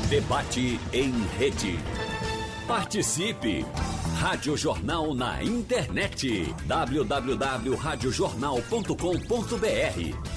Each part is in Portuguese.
Debate em rede. Participe! Rádio Jornal na internet. www.radiojornal.com.br.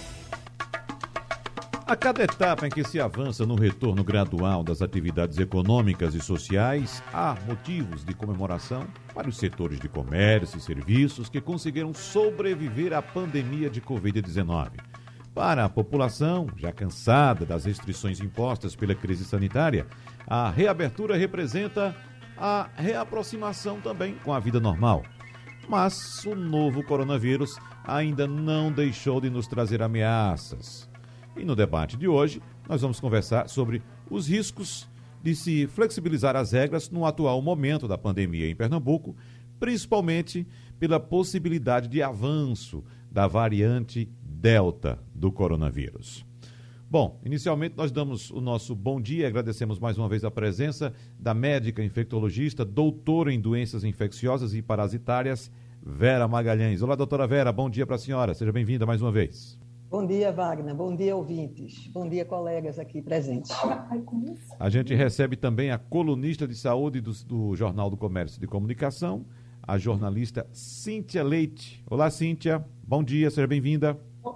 A cada etapa em que se avança no retorno gradual das atividades econômicas e sociais, há motivos de comemoração para os setores de comércio e serviços que conseguiram sobreviver à pandemia de Covid-19. Para a população, já cansada das restrições impostas pela crise sanitária, a reabertura representa a reaproximação também com a vida normal. Mas o novo coronavírus ainda não deixou de nos trazer ameaças. E no debate de hoje, nós vamos conversar sobre os riscos de se flexibilizar as regras no atual momento da pandemia em Pernambuco, principalmente pela possibilidade de avanço da variante Delta do coronavírus. Bom, inicialmente nós damos o nosso bom dia e agradecemos mais uma vez a presença da médica infectologista, doutora em doenças infecciosas e parasitárias, Vera Magalhães. Olá, doutora Vera, bom dia para a senhora, seja bem-vinda mais uma vez. Bom dia, Wagner. Bom dia, ouvintes. Bom dia, colegas aqui presentes. A gente recebe também a colunista de saúde do Jornal do Comércio de Comunicação, a jornalista Cíntia Leite. Olá, Cíntia. Bom dia, seja bem-vinda.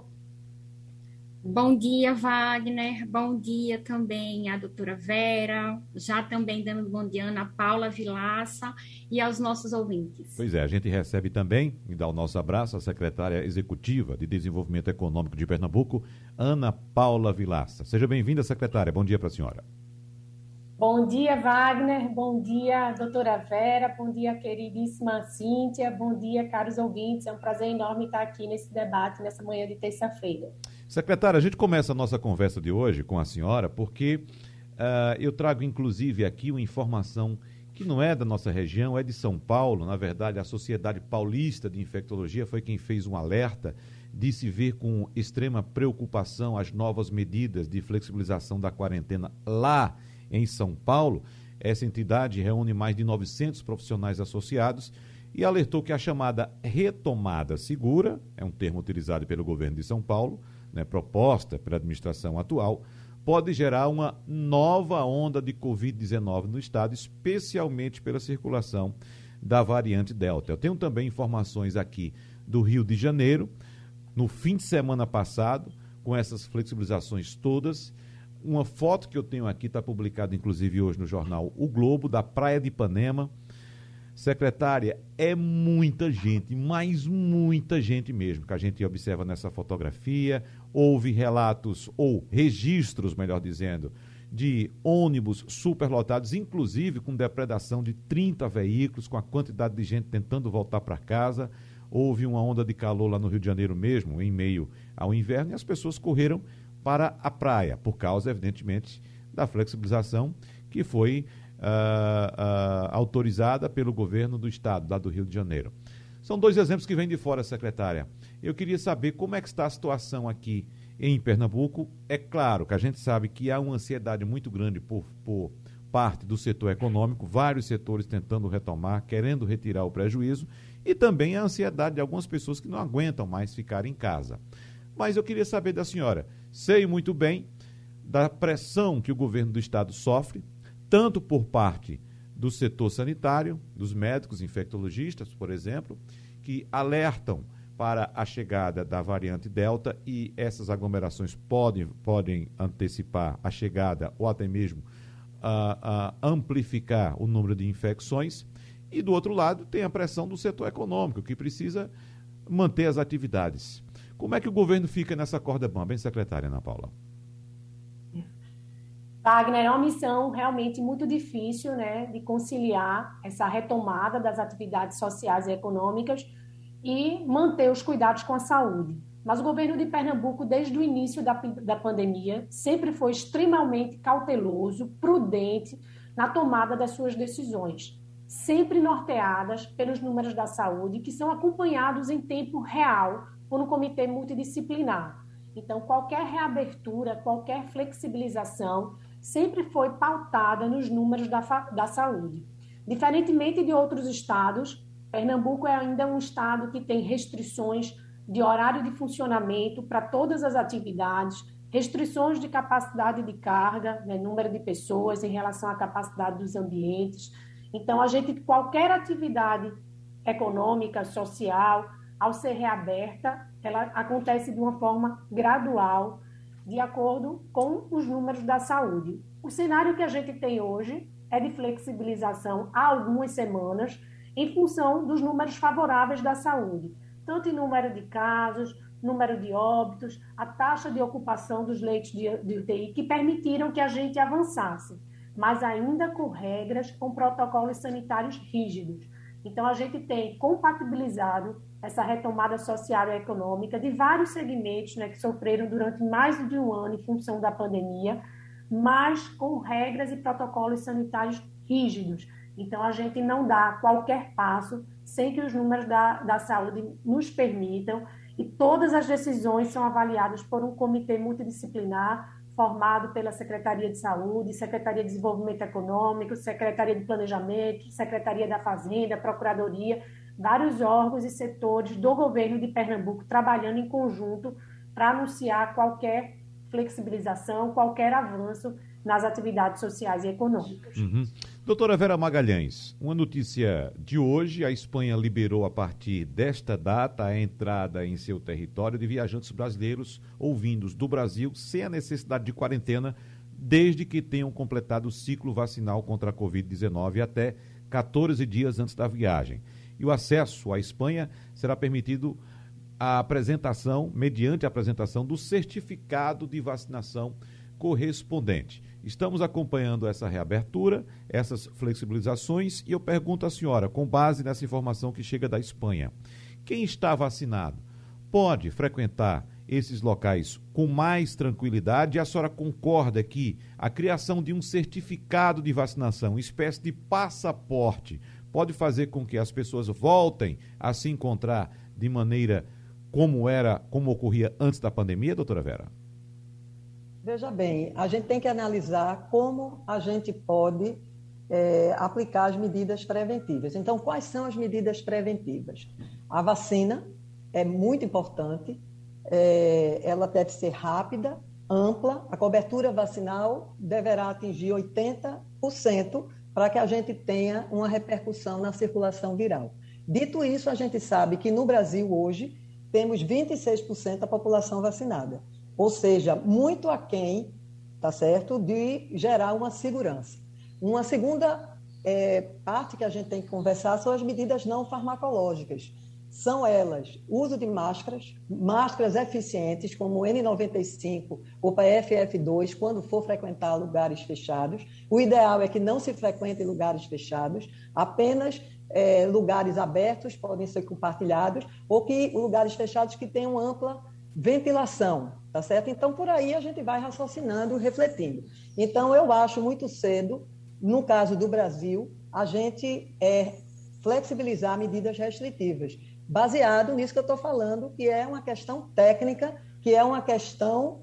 Bom dia, Wagner. Bom dia também à doutora Vera, já também dando bom dia à Ana Paula Vilaça e aos nossos ouvintes. Pois é, a gente recebe também, e dá o nosso abraço, a secretária executiva de Desenvolvimento Econômico de Pernambuco, Ana Paula Vilaça. Seja bem-vinda, secretária. Bom dia para a senhora. Bom dia, Wagner. Bom dia, doutora Vera. Bom dia, queridíssima Cíntia. Bom dia, caros ouvintes. É um prazer enorme estar aqui nesse debate, nessa manhã de terça-feira. Secretária, a gente começa a nossa conversa de hoje com a senhora porque eu trago inclusive aqui uma informação que não é da nossa região, é de São Paulo. Na verdade, a Sociedade Paulista de Infectologia foi quem fez um alerta de se ver com extrema preocupação as novas medidas de flexibilização da quarentena lá em São Paulo. Essa entidade reúne mais de 900 profissionais associados e alertou que a chamada retomada segura, é um termo utilizado pelo governo de São Paulo, proposta pela administração atual, pode gerar uma nova onda de Covid-19 no estado, especialmente pela circulação da variante Delta. Eu tenho também informações aqui do Rio de Janeiro, no fim de semana passado, com essas flexibilizações todas. Uma foto que eu tenho aqui está publicada, inclusive, hoje no jornal O Globo, da Praia de Ipanema. Secretária, é muita gente, mas muita gente mesmo, que a gente observa nessa fotografia. Houve relatos, ou registros, melhor dizendo, de ônibus superlotados, inclusive com depredação de 30 veículos, com a quantidade de gente tentando voltar para casa. Houve uma onda de calor lá no Rio de Janeiro mesmo, em meio ao inverno, e as pessoas correram para a praia, por causa, evidentemente, da flexibilização que foi autorizada pelo governo do estado, lá do Rio de Janeiro. São dois exemplos que vêm de fora, secretária. Eu queria saber como é que está a situação aqui em Pernambuco. É claro que a gente sabe que há uma ansiedade muito grande por parte do setor econômico, vários setores tentando retomar, querendo retirar o prejuízo, e também a ansiedade de algumas pessoas que não aguentam mais ficar em casa. Mas eu queria saber da senhora, sei muito bem da pressão que o governo do estado sofre, tanto por parte do setor sanitário, dos médicos infectologistas, por exemplo, que alertam para a chegada da variante Delta, e essas aglomerações podem antecipar a chegada ou até mesmo amplificar o número de infecções. E do outro lado tem a pressão do setor econômico, que precisa manter as atividades. Como é que o governo fica nessa corda bamba, hein, secretária Ana Paula? Wagner, é uma missão realmente muito difícil, de conciliar essa retomada das atividades sociais e econômicas e manter os cuidados com a saúde. Mas o governo de Pernambuco, desde o início da pandemia, sempre foi extremamente cauteloso, prudente na tomada das suas decisões, sempre norteadas pelos números da saúde, que são acompanhados em tempo real por um comitê multidisciplinar. Então, qualquer reabertura, qualquer flexibilização sempre foi pautada nos números da saúde. Diferentemente de outros estados, Pernambuco é ainda um estado que tem restrições de horário de funcionamento para todas as atividades, restrições de capacidade de carga, né, número de pessoas em relação à capacidade dos ambientes. Então, qualquer atividade econômica, social, ao ser reaberta, ela acontece de uma forma gradual, de acordo com os números da saúde. O cenário que a gente tem hoje é de flexibilização há algumas semanas, em função dos números favoráveis da saúde, tanto em número de casos, número de óbitos, a taxa de ocupação dos leitos de UTI, que permitiram que a gente avançasse, mas ainda com regras, com protocolos sanitários rígidos. Então, a gente tem compatibilizado essa retomada social e econômica de vários segmentos, né, que sofreram durante mais de um ano em função da pandemia, mas com regras e protocolos sanitários rígidos. Então, a gente não dá qualquer passo sem que os números da saúde nos permitam, e todas as decisões são avaliadas por um comitê multidisciplinar formado pela Secretaria de Saúde, Secretaria de Desenvolvimento Econômico, Secretaria de Planejamento, Secretaria da Fazenda, Procuradoria, vários órgãos e setores do governo de Pernambuco trabalhando em conjunto para anunciar qualquer flexibilização, qualquer avanço nas atividades sociais e econômicas. Doutora Vera Magalhães, uma notícia de hoje: a Espanha liberou a partir desta data a entrada em seu território de viajantes brasileiros ou vindos do Brasil sem a necessidade de quarentena, desde que tenham completado o ciclo vacinal contra a Covid-19 até 14 dias antes da viagem. E o acesso à Espanha será permitido mediante a apresentação do certificado de vacinação correspondente. Estamos acompanhando essa reabertura, essas flexibilizações, e eu pergunto à senhora, com base nessa informação que chega da Espanha, quem está vacinado pode frequentar esses locais com mais tranquilidade? E a senhora concorda que a criação de um certificado de vacinação, uma espécie de passaporte, pode fazer com que as pessoas voltem a se encontrar de maneira como ocorria antes da pandemia, doutora Vera? Veja bem, a gente tem que analisar como a gente pode aplicar as medidas preventivas. Então, quais são as medidas preventivas? A vacina é muito importante, ela deve ser rápida, ampla, a cobertura vacinal deverá atingir 80% para que a gente tenha uma repercussão na circulação viral. Dito isso, a gente sabe que no Brasil hoje temos 26% da população vacinada, ou seja, muito aquém, tá certo, de gerar uma segurança. Uma segunda parte que a gente tem que conversar são as medidas não farmacológicas. São elas, uso de máscaras eficientes, como o N95 ou PFF2, quando for frequentar lugares fechados. O ideal é que não se frequente em lugares fechados, apenas lugares abertos podem ser compartilhados, ou que lugares fechados que tenham ampla ventilação, tá certo? Então, por aí a gente vai raciocinando, refletindo. Então, eu acho muito cedo, no caso do Brasil, a gente flexibilizar medidas restritivas, baseado nisso que eu estou falando, que é uma questão técnica, que é uma questão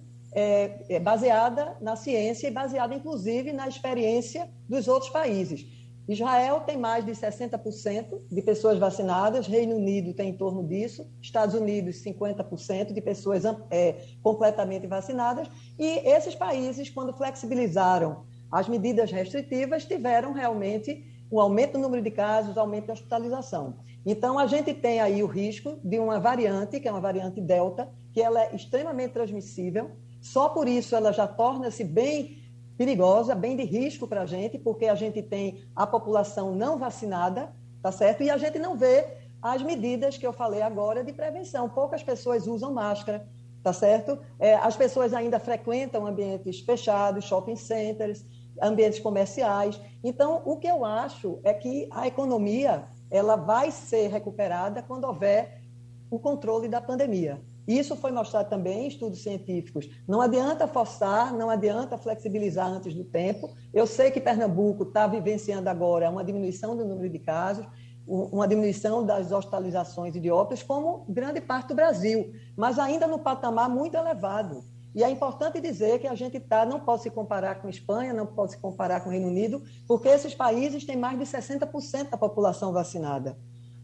baseada na ciência e baseada, inclusive, na experiência dos outros países. Israel tem mais de 60% de pessoas vacinadas, Reino Unido tem em torno disso, Estados Unidos 50% de pessoas completamente vacinadas, e esses países, quando flexibilizaram as medidas restritivas, tiveram realmente um aumento do número de casos, aumento da hospitalização. Então, a gente tem aí o risco de uma variante, que é uma variante Delta, que ela é extremamente transmissível, só por isso ela já torna-se bem perigosa, bem de risco para a gente, porque a gente tem a população não vacinada, tá certo? E a gente não vê as medidas que eu falei agora de prevenção. Poucas pessoas usam máscara, tá certo? As pessoas ainda frequentam ambientes fechados, shopping centers, ambientes comerciais. Então, o que eu acho é que a economia ela vai ser recuperada quando houver o controle da pandemia. Isso foi mostrado também em estudos científicos. Não adianta forçar, não adianta flexibilizar antes do tempo. Eu sei que Pernambuco está vivenciando agora uma diminuição do número de casos, uma diminuição das hospitalizações e de óbitos, como grande parte do Brasil, mas ainda no patamar muito elevado. E é importante dizer que a gente não pode se comparar com a Espanha, não pode se comparar com o Reino Unido, porque esses países têm mais de 60% da população vacinada.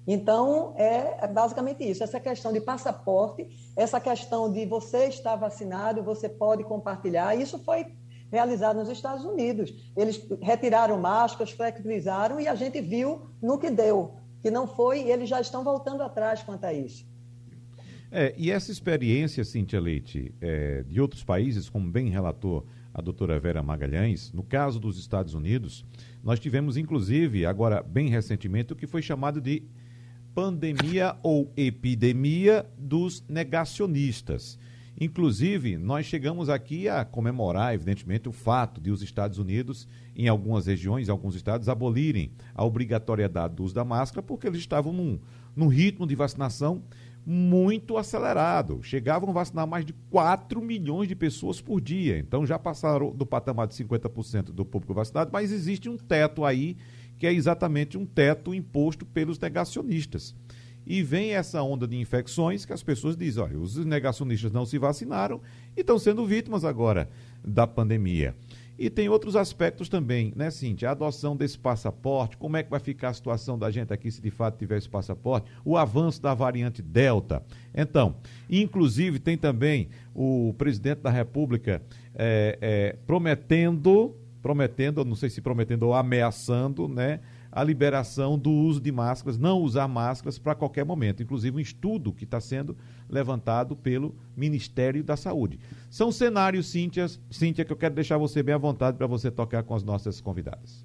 Então, é basicamente isso, essa questão de passaporte, essa questão de você estar vacinado, você pode compartilhar, isso foi realizado nos Estados Unidos. Eles retiraram máscaras, flexibilizaram e a gente viu no que deu, que não foi, e eles já estão voltando atrás quanto a isso. E essa experiência, Cíntia Leite, de outros países, como bem relatou a doutora Vera Magalhães, no caso dos Estados Unidos, nós tivemos, inclusive, agora bem recentemente, o que foi chamado de pandemia ou epidemia dos negacionistas. Inclusive, nós chegamos aqui a comemorar, evidentemente, o fato de os Estados Unidos, em algumas regiões, em alguns estados, abolirem a obrigatoriedade do uso da máscara, porque eles estavam num ritmo de vacinação muito acelerado. Chegavam a vacinar mais de 4 milhões de pessoas por dia. Então, já passaram do patamar de 50% do público vacinado, mas existe um teto aí, que é exatamente um teto imposto pelos negacionistas. E vem essa onda de infecções que as pessoas dizem, olha, os negacionistas não se vacinaram e estão sendo vítimas agora da pandemia. E tem outros aspectos também, né, Cíntia? A adoção desse passaporte, como é que vai ficar a situação da gente aqui se de fato tiver esse passaporte? O avanço da variante Delta. Então, inclusive tem também o presidente da República prometendo, não sei se prometendo ou ameaçando, né, a liberação do uso de máscaras, não usar máscaras para qualquer momento. Inclusive um estudo que está sendo levantado pelo Ministério da Saúde. São cenários, Cíntia, que eu quero deixar você bem à vontade para você tocar com as nossas convidadas.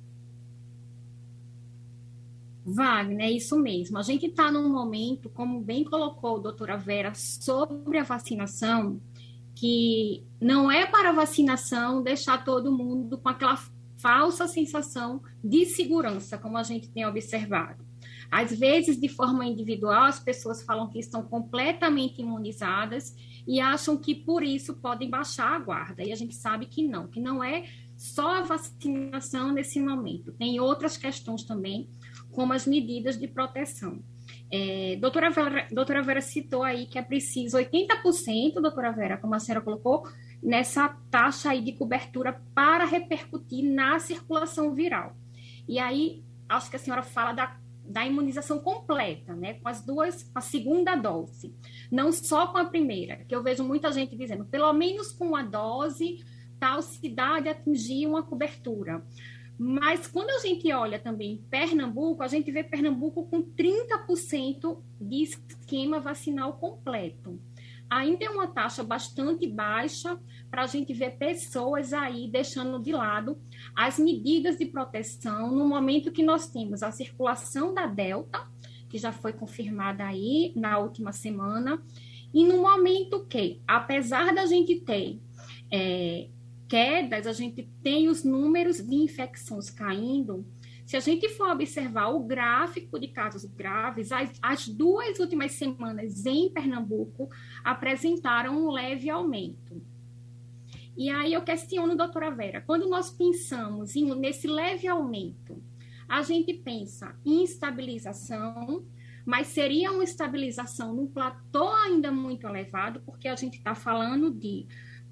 Wagner, é isso mesmo. A gente está num momento, como bem colocou a doutora Vera, sobre a vacinação, que não é para a vacinação deixar todo mundo com aquela falsa sensação de segurança, como a gente tem observado. Às vezes, de forma individual, as pessoas falam que estão completamente imunizadas e acham que por isso podem baixar a guarda. E a gente sabe que não é só a vacinação nesse momento. Tem outras questões também, como as medidas de proteção. Doutora Vera citou aí que é preciso 80%, doutora Vera, como a senhora colocou, nessa taxa aí de cobertura para repercutir na circulação viral. E aí, acho que a senhora fala da imunização completa, né, com a segunda dose, não só com a primeira, que eu vejo muita gente dizendo, pelo menos com a dose, tal cidade atingir uma cobertura. Mas quando a gente olha também Pernambuco, a gente vê Pernambuco com 30% de esquema vacinal completo. Ainda é uma taxa bastante baixa para a gente ver pessoas aí deixando de lado as medidas de proteção no momento que nós temos a circulação da Delta, que já foi confirmada aí na última semana, e no momento que, apesar da gente ter quedas, a gente tem os números de infecções caindo. Se a gente for observar o gráfico de casos graves, as 2 últimas semanas em Pernambuco apresentaram um leve aumento. E aí eu questiono, doutora Vera, quando nós pensamos nesse leve aumento, a gente pensa em estabilização, mas seria uma estabilização num platô ainda muito elevado, porque a gente está falando de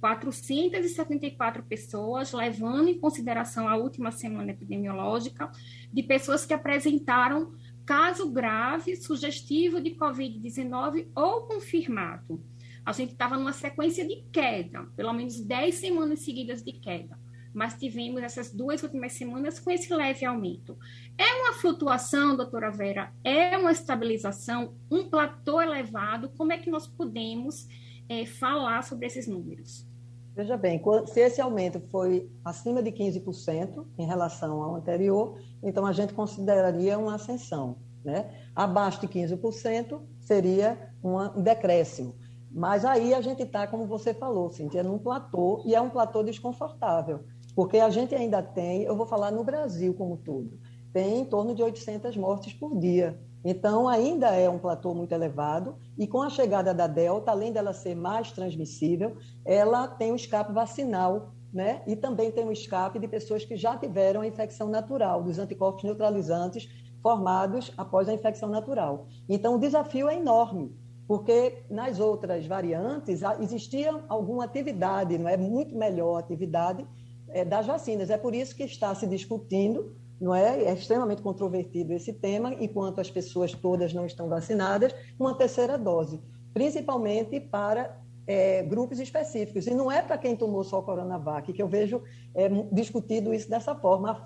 474 pessoas, levando em consideração a última semana epidemiológica, de pessoas que apresentaram caso grave, sugestivo de Covid-19 ou confirmado. A gente estava numa sequência de queda, pelo menos 10 semanas seguidas de queda, mas tivemos essas 2 últimas semanas com esse leve aumento. É uma flutuação, doutora Vera? É uma estabilização? Um platô elevado? Como é que nós podemos falar sobre esses números? Veja bem, se esse aumento foi acima de 15% em relação ao anterior, então a gente consideraria uma ascensão, né? Abaixo de 15% seria um decréscimo. Mas aí a gente está, como você falou, Cíntia, num platô, e é um platô desconfortável, porque a gente ainda tem, eu vou falar no Brasil como um todo, tem em torno de 800 mortes por dia. Então, ainda é um platô muito elevado e com a chegada da Delta, além dela ser mais transmissível, ela tem um escape vacinal, né? E também tem um escape de pessoas que já tiveram a infecção natural, dos anticorpos neutralizantes formados após a infecção natural. Então, o desafio é enorme, porque nas outras variantes existia alguma atividade, não é muito melhor a atividade das vacinas. É por isso que está se discutindo não é? É extremamente controvertido esse tema, enquanto as pessoas todas não estão vacinadas, uma terceira dose, principalmente para grupos específicos. E não é para quem tomou só Coronavac, que eu vejo discutido isso dessa forma,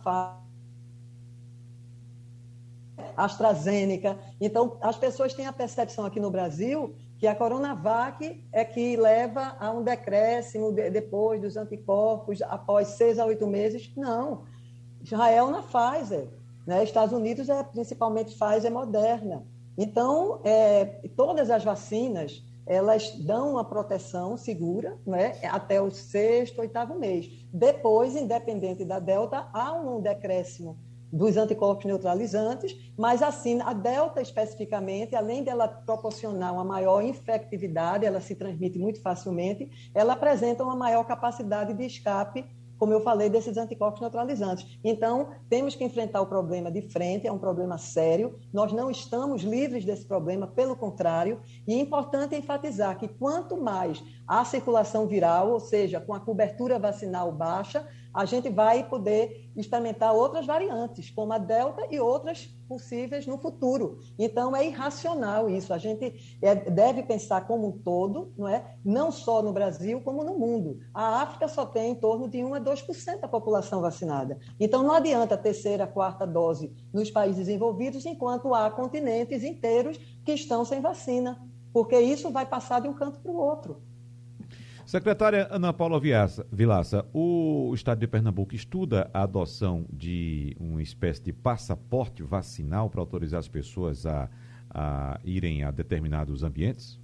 a AstraZeneca. Então, as pessoas têm a percepção aqui no Brasil que a Coronavac é que leva a um decréscimo depois dos anticorpos, após 6 a 8 meses. Não. Israel na Pfizer, né? Estados Unidos principalmente Pfizer Moderna. Então, todas as vacinas, elas dão uma proteção segura, né? Até o 6º, 8º mês. Depois, independente da Delta, há um decréscimo dos anticorpos neutralizantes, mas assim, a Delta especificamente, além dela proporcionar uma maior infectividade, ela se transmite muito facilmente, ela apresenta uma maior capacidade de escape, como eu falei, desses anticorpos neutralizantes. Então, temos que enfrentar o problema de frente, é um problema sério, nós não estamos livres desse problema, pelo contrário, e é importante enfatizar que quanto mais a circulação viral, ou seja, com a cobertura vacinal baixa, a gente vai poder experimentar outras variantes, como a Delta e outras possíveis no futuro. Então, é irracional isso. A gente deve pensar como um todo, não é? Não só no Brasil, como no mundo. A África só tem em torno de 1 a 2% da população vacinada. Então, não adianta a terceira, quarta dose nos países desenvolvidos, enquanto há continentes inteiros que estão sem vacina, porque isso vai passar de um canto para o outro. Secretária Ana Paula Vilaça, o Estado de Pernambuco estuda a adoção de uma espécie de passaporte vacinal para autorizar as pessoas a irem a determinados ambientes?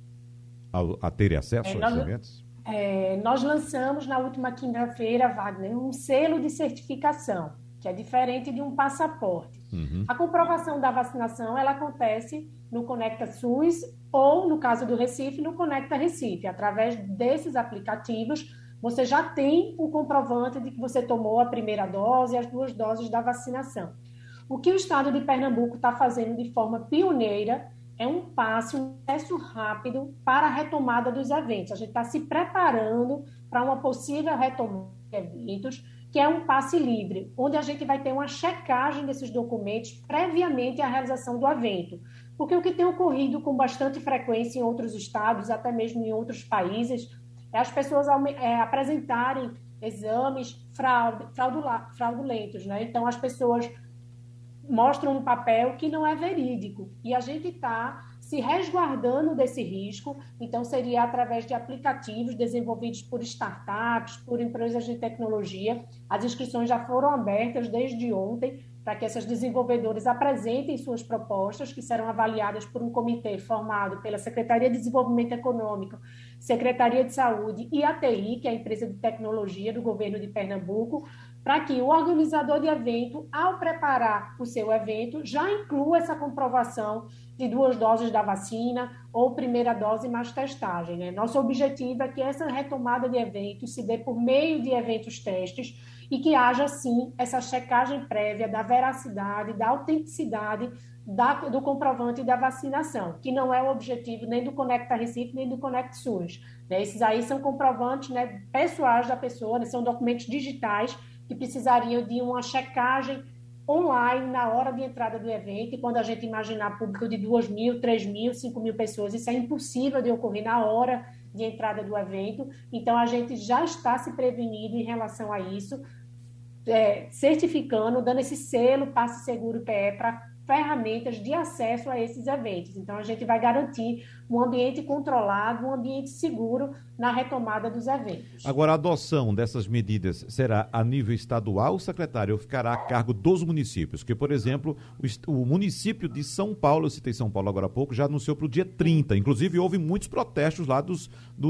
A terem acesso a esses ambientes? Nós lançamos na última quinta-feira, Wagner, um selo de certificação, que é diferente de um passaporte. Uhum. A comprovação da vacinação, ela acontece no Conecta SUS ou, no caso do Recife, no Conecta Recife. Através desses aplicativos, você já tem o comprovante de que você tomou a primeira dose e as 2 doses da vacinação. O que o Estado de Pernambuco está fazendo de forma pioneira é um acesso rápido para a retomada dos eventos. A gente está se preparando para uma possível retomada de eventos, que é um passe livre, onde a gente vai ter uma checagem desses documentos previamente à realização do evento. Porque o que tem ocorrido com bastante frequência em outros estados, até mesmo em outros países, é as pessoas apresentarem exames fraudulentos, né? Então, as pessoas mostram um papel que não é verídico. E a gente está se resguardando desse risco. Então, seria através de aplicativos desenvolvidos por startups, por empresas de tecnologia. As inscrições já foram abertas desde ontem para que essas desenvolvedoras apresentem suas propostas, que serão avaliadas por um comitê formado pela Secretaria de Desenvolvimento Econômico, Secretaria de Saúde e a TI, que é a empresa de tecnologia do governo de Pernambuco, para que o organizador de evento, ao preparar o seu evento, já inclua essa comprovação de 2 doses da vacina ou primeira dose mais testagem, né? Nosso objetivo é que essa retomada de eventos se dê por meio de eventos testes e que haja, sim, essa checagem prévia da veracidade, da autenticidade do comprovante da vacinação, que não é o objetivo nem do Conecta Recife, nem do Conecta SUS. Né? Esses aí são comprovantes, né, pessoais da pessoa, né? São documentos digitais que precisariam de uma checagem online na hora de entrada do evento, e quando a gente imaginar público de 2.000, 3.000, 5.000 pessoas, isso é impossível de ocorrer na hora de entrada do evento. Então, a gente já está se prevenindo em relação a isso, certificando, dando esse selo Passe Seguro PE para ferramentas de acesso a esses eventos. Então, a gente vai garantir um ambiente controlado, um ambiente seguro na retomada dos eventos. Agora, a adoção dessas medidas será a nível estadual, secretário, ou ficará a cargo dos municípios? Porque, por exemplo, o município de São Paulo, eu citei São Paulo agora há pouco, já anunciou para o dia 30. Inclusive, houve muitos protestos lá dos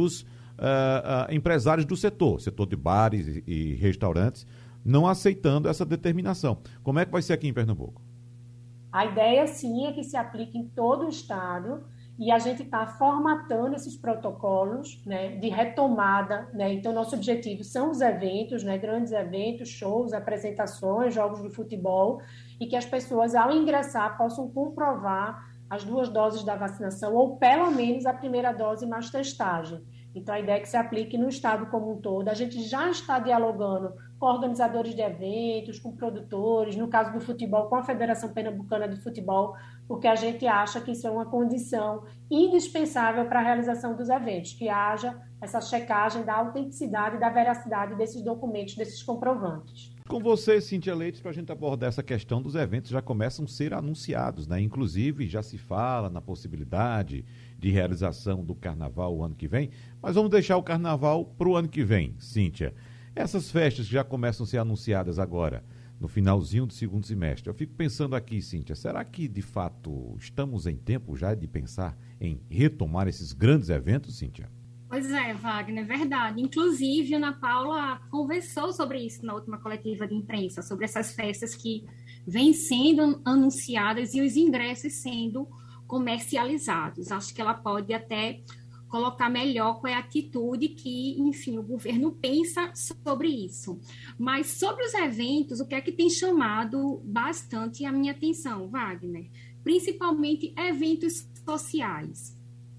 empresários do setor de bares e restaurantes, não aceitando essa determinação. Como é que vai ser aqui em Pernambuco? A ideia, sim, é que se aplique em todo o estado, e a gente está formatando esses protocolos, né, de retomada, né? Então, nosso objetivo são os eventos, né, grandes eventos, shows, apresentações, jogos de futebol, e que as pessoas, ao ingressar, possam comprovar as 2 doses da vacinação, ou pelo menos a primeira dose mais testagem. Então, a ideia é que se aplique no estado como um todo. A gente já está dialogando com organizadores de eventos, com produtores, no caso do futebol, com a Federação Pernambucana de Futebol, porque a gente acha que isso é uma condição indispensável para a realização dos eventos, que haja essa checagem da autenticidade e da veracidade desses documentos, desses comprovantes. Com você, Cíntia Leite, para a gente abordar essa questão dos eventos já começam a ser anunciados, né? Inclusive, já se fala na possibilidade de realização do Carnaval o ano que vem, mas vamos deixar o Carnaval para o ano que vem, Cíntia. Essas festas que já começam a ser anunciadas agora, no finalzinho do segundo semestre, eu fico pensando aqui, Cíntia, será que, de fato, estamos em tempo já de pensar em retomar esses grandes eventos, Cíntia? Pois é, Wagner, é verdade. Inclusive, Ana Paula conversou sobre isso na última coletiva de imprensa, sobre essas festas que vêm sendo anunciadas e os ingressos sendo comercializados. Acho que ela pode até colocar melhor qual é a atitude que, enfim, o governo pensa sobre isso. Mas sobre os eventos, o que é que tem chamado bastante a minha atenção, Wagner? Principalmente eventos sociais.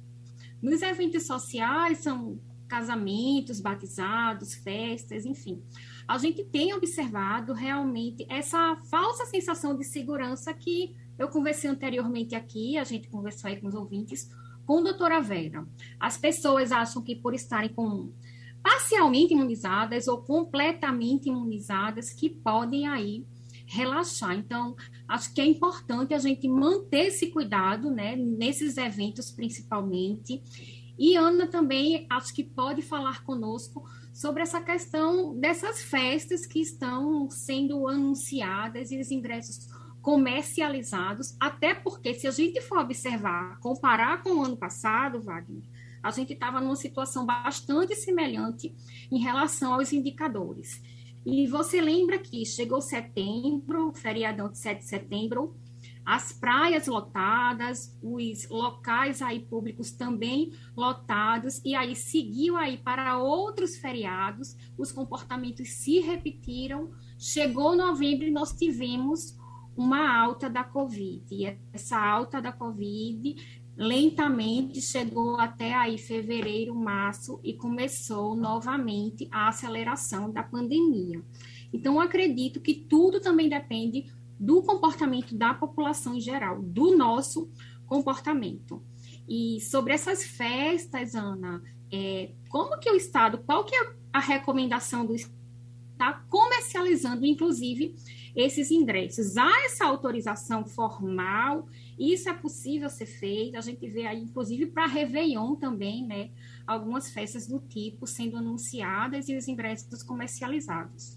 Nos eventos sociais, são casamentos, batizados, festas, enfim. A gente tem observado realmente essa falsa sensação de segurança que eu conversei anteriormente aqui, a gente conversou aí com os ouvintes, com a doutora Vera. As pessoas acham que por estarem parcialmente imunizadas ou completamente imunizadas, que podem aí relaxar. Então, acho que é importante a gente manter esse cuidado, né, nesses eventos principalmente. E Ana também, acho que pode falar conosco sobre essa questão dessas festas que estão sendo anunciadas e os ingressos comercializados, até porque, se a gente for observar, comparar com o ano passado, Wagner, a gente estava numa situação bastante semelhante em relação aos indicadores. E você lembra que chegou setembro, feriadão de 7 de setembro, as praias lotadas, os locais aí públicos também lotados, e aí seguiu aí para outros feriados, os comportamentos se repetiram, chegou novembro e nós tivemos uma alta da Covid, e essa alta da Covid lentamente chegou até aí fevereiro, março, e começou novamente a aceleração da pandemia. Então, acredito que tudo também depende do comportamento da população em geral, do nosso comportamento. E sobre essas festas, Ana, como que o Estado, qual que é a recomendação do Estado? Está comercializando, inclusive, esses ingressos. Há essa autorização formal, isso é possível ser feito, a gente vê aí, inclusive, para Réveillon também, né, algumas festas do tipo sendo anunciadas e os ingressos comercializados.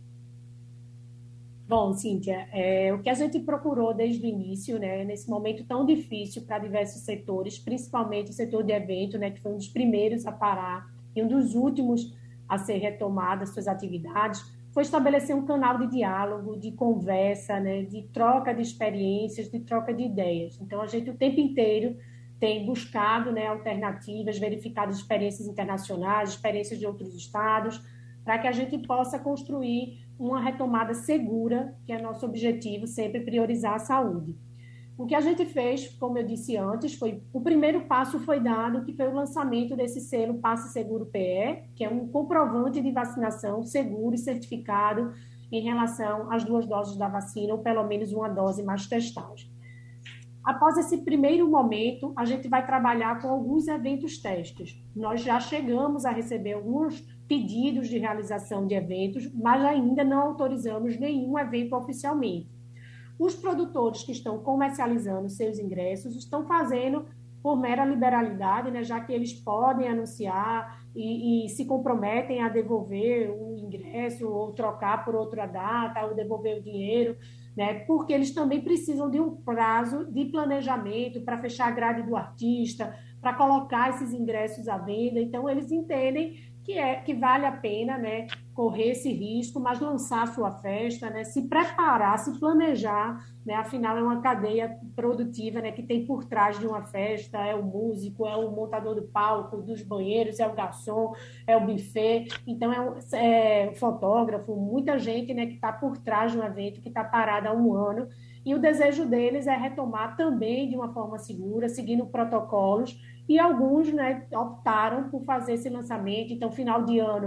Bom, Cíntia, o que a gente procurou desde o início, né, nesse momento tão difícil para diversos setores, principalmente o setor de evento, né, que foi um dos primeiros a parar e um dos últimos a ser retomada suas atividades, foi estabelecer um canal de diálogo, de conversa, né, de troca de experiências, de troca de ideias. Então, a gente o tempo inteiro tem buscado, né, alternativas, verificado experiências internacionais, experiências de outros estados, para que a gente possa construir uma retomada segura, que é nosso objetivo, sempre priorizar a saúde. O que a gente fez, como eu disse antes, o primeiro passo foi dado, que foi o lançamento desse selo Passe Seguro PE, que é um comprovante de vacinação seguro e certificado em relação às 2 doses da vacina, ou pelo menos uma dose mais testagem. Após esse primeiro momento, a gente vai trabalhar com alguns eventos testes. Nós já chegamos a receber alguns pedidos de realização de eventos, mas ainda não autorizamos nenhum evento oficialmente. Os produtores que estão comercializando seus ingressos estão fazendo por mera liberalidade, né, já que eles podem anunciar e se comprometem a devolver o ingresso ou trocar por outra data ou devolver o dinheiro, né, porque eles também precisam de um prazo de planejamento para fechar a grade do artista, para colocar esses ingressos à venda. Então, eles entendem que vale a pena, né, correr esse risco, mas lançar a sua festa, né, se preparar, se planejar, né, afinal é uma cadeia produtiva, né, que tem por trás de uma festa, é o músico, é o montador do palco, dos banheiros, é o garçom, é o buffet, então é o fotógrafo, muita gente, né, que está por trás de um evento que está parado há um ano, e o desejo deles é retomar também de uma forma segura, seguindo protocolos, e alguns, né, optaram por fazer esse lançamento. Então, final de ano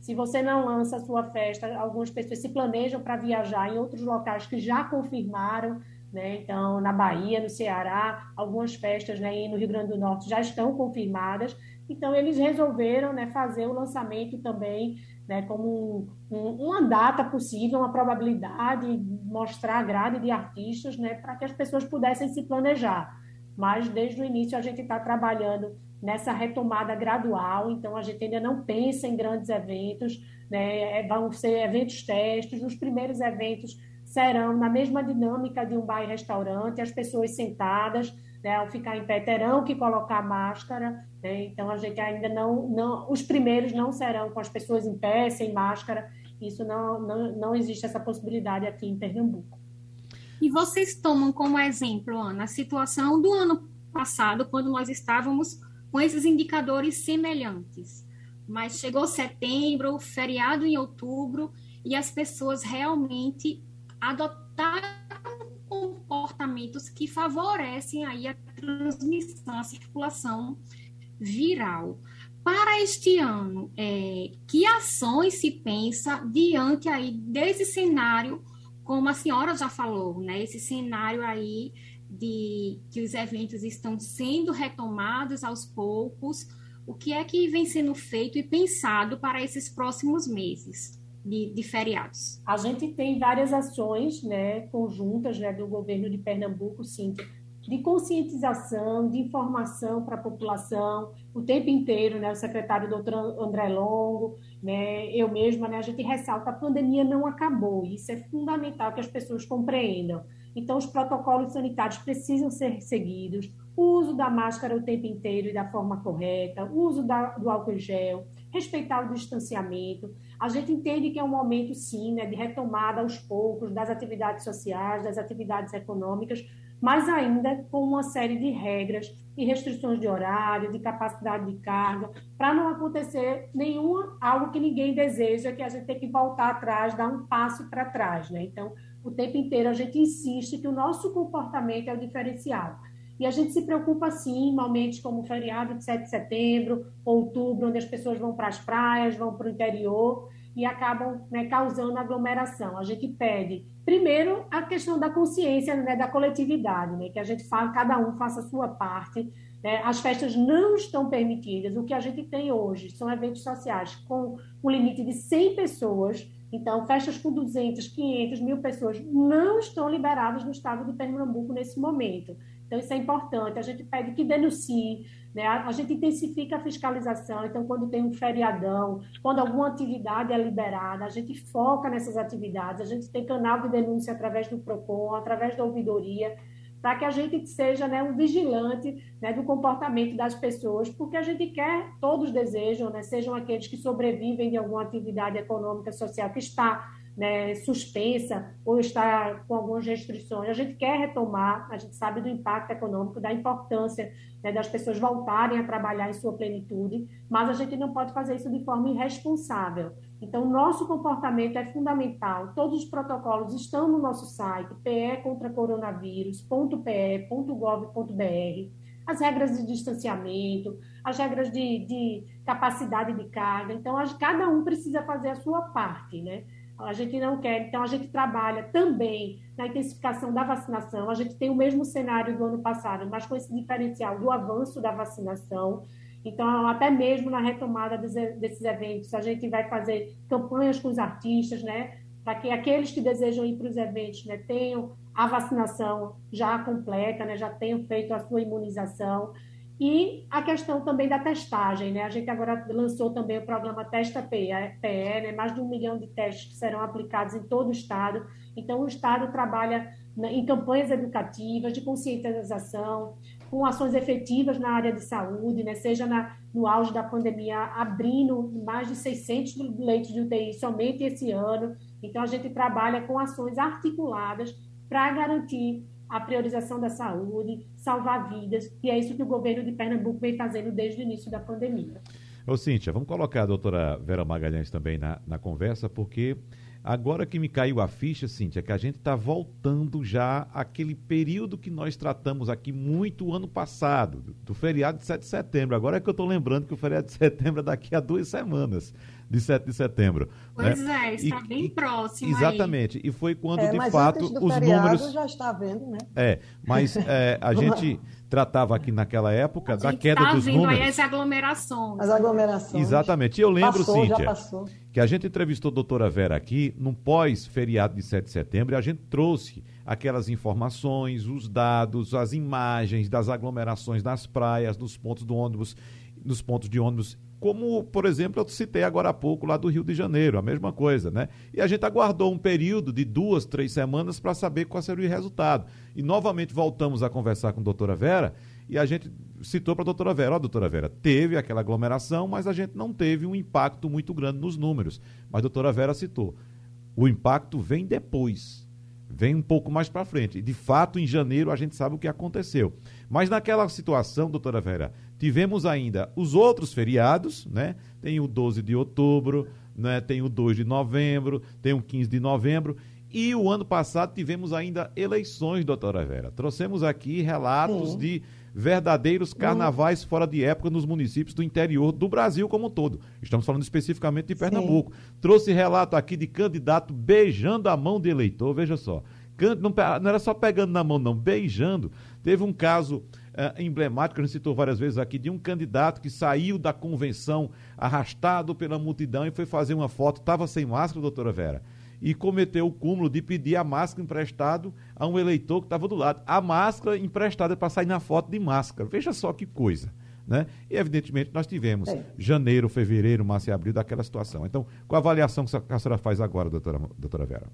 Se você não lança a sua festa, algumas pessoas se planejam para viajar em outros locais que já confirmaram, né? Então, na Bahia, no Ceará, algumas festas, né, e no Rio Grande do Norte já estão confirmadas. Então, eles resolveram, né, fazer o lançamento também, né, como uma data possível, uma probabilidade, mostrar a grade de artistas, né, para que as pessoas pudessem se planejar. Mas, desde o início, a gente está trabalhando nessa retomada gradual, então a gente ainda não pensa em grandes eventos, né, vão ser eventos testes, os primeiros eventos serão na mesma dinâmica de um bar e restaurante, as pessoas sentadas, né, ao ficar em pé terão que colocar máscara, né, então a gente ainda não, os primeiros não serão com as pessoas em pé, sem máscara, isso não existe essa possibilidade aqui em Pernambuco. E vocês tomam como exemplo, Ana, a situação do ano passado, quando nós estávamos com esses indicadores semelhantes, mas chegou setembro, feriado em outubro, e as pessoas realmente adotaram comportamentos que favorecem aí a transmissão, a circulação viral. Para este ano, que ações se pensa diante aí desse cenário, como a senhora já falou, né? Esse cenário aí de que os eventos estão sendo retomados aos poucos, o que é que vem sendo feito e pensado para esses próximos meses de feriados? A gente tem várias ações, né, conjuntas, né, do governo de Pernambuco, Cíntia, de conscientização, de informação para a população, o tempo inteiro, né, o secretário doutor André Longo, né, eu mesma, né, a gente ressalta, a pandemia não acabou, isso é fundamental que as pessoas compreendam. Então, os protocolos sanitários precisam ser seguidos, o uso da máscara o tempo inteiro e da forma correta, o uso do álcool em gel, respeitar o distanciamento. A gente entende que é um momento, sim, né, de retomada aos poucos das atividades sociais, das atividades econômicas, mas ainda com uma série de regras e restrições de horário, de capacidade de carga, para não acontecer algo que ninguém deseja, que a gente tem que voltar atrás, dar um passo para trás, né? Então, o tempo inteiro a gente insiste que o nosso comportamento é o diferencial. E a gente se preocupa, sim, em momentos como o feriado de 7 de setembro, outubro, onde as pessoas vão para as praias, vão para o interior e acabam, né, causando aglomeração. A gente pede, primeiro, a questão da consciência, né, da coletividade, né, que a gente fala, cada um faça a sua parte. Né? As festas não estão permitidas. O que a gente tem hoje são eventos sociais com um limite de 100 pessoas. Então, festas com 200, 500, 1.000 pessoas não estão liberadas no estado de Pernambuco nesse momento. Então, isso é importante. A gente pede que denuncie, né? A gente intensifica a fiscalização. Então, quando tem um feriadão, quando alguma atividade é liberada, a gente foca nessas atividades. A gente tem canal de denúncia através do PROCON, através da ouvidoria, para que a gente seja, né, um vigilante, né, do comportamento das pessoas, porque a gente quer, todos desejam, né, sejam aqueles que sobrevivem de alguma atividade econômica, social que está, né, suspensa ou está com algumas restrições. A gente quer retomar, a gente sabe do impacto econômico, da importância, né, das pessoas voltarem a trabalhar em sua plenitude, mas a gente não pode fazer isso de forma irresponsável. Então, nosso comportamento é fundamental. Todos os protocolos estão no nosso site, pecontracoronavírus.pe.gov.br. As regras de distanciamento, as regras de capacidade de carga. Então, cada um precisa fazer a sua parte, né? A gente não quer, então a gente trabalha também na intensificação da vacinação. A gente tem o mesmo cenário do ano passado, mas com esse diferencial do avanço da vacinação. Então, até mesmo na retomada desses eventos, a gente vai fazer campanhas com os artistas, né, para que aqueles que desejam ir para os eventos, né, tenham a vacinação já completa, né, já tenham feito a sua imunização. E a questão também da testagem, né? A gente agora lançou também o programa Testa PE, né? Mais de 1 milhão de testes que serão aplicados em todo o estado. Então, o estado trabalha em campanhas educativas, de conscientização, com ações efetivas na área de saúde, né? Seja no auge da pandemia, abrindo mais de 600 leitos de UTI somente esse ano. Então, a gente trabalha com ações articuladas para garantir a priorização da saúde, salvar vidas, e é isso que o governo de Pernambuco vem fazendo desde o início da pandemia. Ô, Cíntia, vamos colocar a doutora Vera Magalhães também na conversa, porque agora que me caiu a ficha, Cíntia, que a gente está voltando já àquele período que nós tratamos aqui muito ano passado, do feriado de 7 de setembro. Agora é que eu estou lembrando que o feriado de setembro é daqui a 2 semanas. de 7 de setembro. Pois né? está bem próximo. Exatamente. Aí. E foi quando, de mas fato, antes do os feriado números... já está vendo, né? Mas a gente tratava aqui naquela época da queda dos números. Aí as aglomerações. As aglomerações. Exatamente. E eu lembro, Cíntia, que a gente entrevistou a doutora Vera aqui, num pós-feriado de 7 de setembro, e a gente trouxe aquelas informações, os dados, as imagens das aglomerações nas praias, nos pontos de ônibus, como, por exemplo, eu citei agora há pouco lá do Rio de Janeiro, a mesma coisa, né? E a gente aguardou um período de 2, 3 semanas para saber qual seria o resultado. E novamente voltamos a conversar com a doutora Vera e a gente citou para a doutora Vera, doutora Vera, teve aquela aglomeração, mas a gente não teve um impacto muito grande nos números. Mas a doutora Vera citou, o impacto vem depois. Vem um pouco mais para frente. E, de fato, em janeiro, a gente sabe o que aconteceu. Mas naquela situação, doutora Vera, tivemos ainda os outros feriados, né? Tem o 12 de outubro, né? Tem o 2 de novembro, tem o 15 de novembro. E o ano passado tivemos ainda eleições, doutora Vera. Trouxemos aqui relatos de verdadeiros carnavais fora de época nos municípios do interior do Brasil como um todo. Estamos falando especificamente de Pernambuco. Trouxe relato aqui de candidato beijando a mão de eleitor, veja só. Não era só pegando na mão, não, beijando. Teve um caso emblemático, a gente citou várias vezes aqui, de um candidato que saiu da convenção arrastado pela multidão e foi fazer uma foto, estava sem máscara, doutora Vera, e cometeu o cúmulo de pedir a máscara emprestada a um eleitor que estava do lado. A máscara emprestada para sair na foto de máscara. Veja só que coisa. Né? E, evidentemente, nós tivemos janeiro, fevereiro, março e abril daquela situação. Então, qual a avaliação que a senhora faz agora, doutora Vera?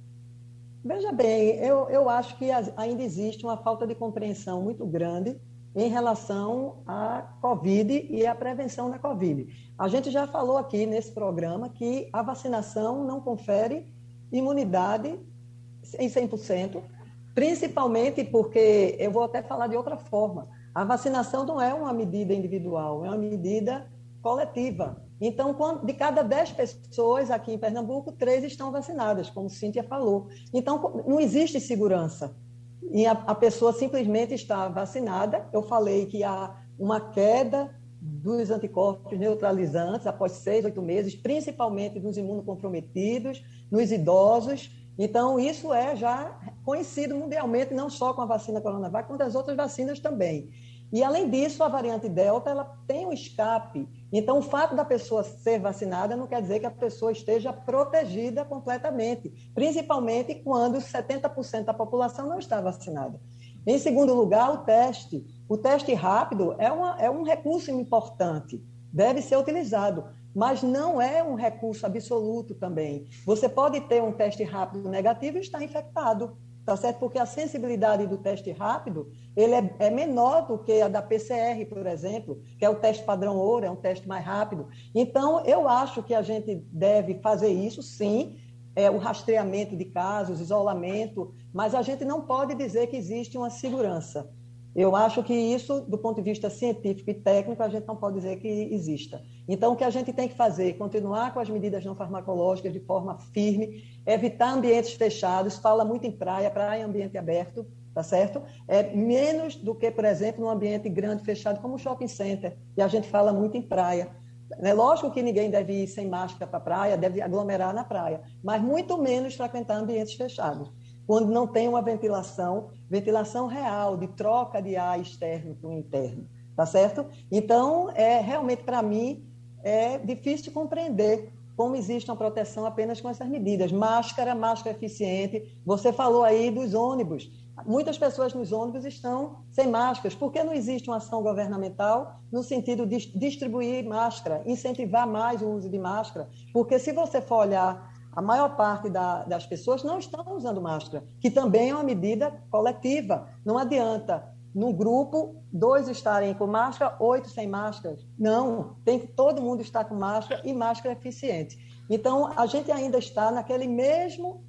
Veja bem, eu acho que ainda existe uma falta de compreensão muito grande em relação à Covid e à prevenção da Covid. A gente já falou aqui nesse programa que a vacinação não confere imunidade em 100%, principalmente porque, eu vou até falar de outra forma, a vacinação não é uma medida individual, é uma medida coletiva. Então, de cada 10 pessoas aqui em Pernambuco, 3 estão vacinadas, como Cíntia falou. Então, não existe segurança. E a pessoa simplesmente está vacinada. Eu falei que há uma queda dos anticorpos neutralizantes após 6, 8 meses, principalmente nos imunocomprometidos, nos idosos. Então, isso é já conhecido mundialmente, não só com a vacina Coronavac, como das outras vacinas também. E, além disso, a variante Delta ela tem um escape. Então, o fato da pessoa ser vacinada não quer dizer que a pessoa esteja protegida completamente, principalmente quando 70% da população não está vacinada. Em segundo lugar, o teste. O teste rápido é um recurso importante, deve ser utilizado, mas não é um recurso absoluto também. Você pode ter um teste rápido negativo e estar infectado, tá certo? Porque a sensibilidade do teste rápido ele é menor do que a da PCR, por exemplo, que é o teste padrão ouro, é um teste mais rápido. Então, eu acho que a gente deve fazer isso, sim, o rastreamento de casos, isolamento, mas a gente não pode dizer que existe uma segurança. Eu acho que isso, do ponto de vista científico e técnico, a gente não pode dizer que exista. Então, o que a gente tem que fazer? Continuar com as medidas não farmacológicas de forma firme, evitar ambientes fechados, fala muito em praia é ambiente aberto, tá certo? Menos do que, por exemplo, num ambiente grande, fechado, como o shopping center, e a gente fala muito em praia. É lógico que ninguém deve ir sem máscara para a praia, deve aglomerar na praia, mas muito menos frequentar ambientes fechados, quando não tem uma ventilação real, de troca de ar externo para o interno, tá certo? Então, realmente, para mim, é difícil de compreender como existe uma proteção apenas com essas medidas. Máscara eficiente. Você falou aí dos ônibus. Muitas pessoas nos ônibus estão sem máscaras. Por que não existe uma ação governamental no sentido de distribuir máscara, incentivar mais o uso de máscara? Porque se você for olhar, a maior parte das pessoas não estão usando máscara, que também é uma medida coletiva. Não adianta, num grupo, 2 estarem com máscara, 8 sem máscara. Não, tem que todo mundo estar com máscara e máscara eficiente. Então, a gente ainda está naquele mesmo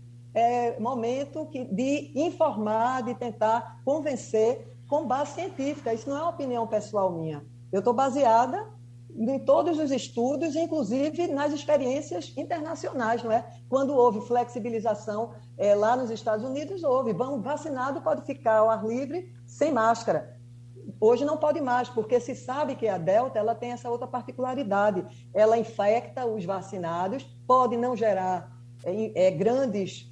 momento de informar, de tentar convencer com base científica. Isso não é uma opinião pessoal minha. Eu estou baseada em todos os estudos, inclusive nas experiências internacionais, não é? Quando houve flexibilização lá nos Estados Unidos, houve. Vacinado pode ficar ao ar livre, sem máscara. hoje não pode mais, porque se sabe que a Delta ela tem essa outra particularidade. Ela infecta os vacinados, pode não gerar grandes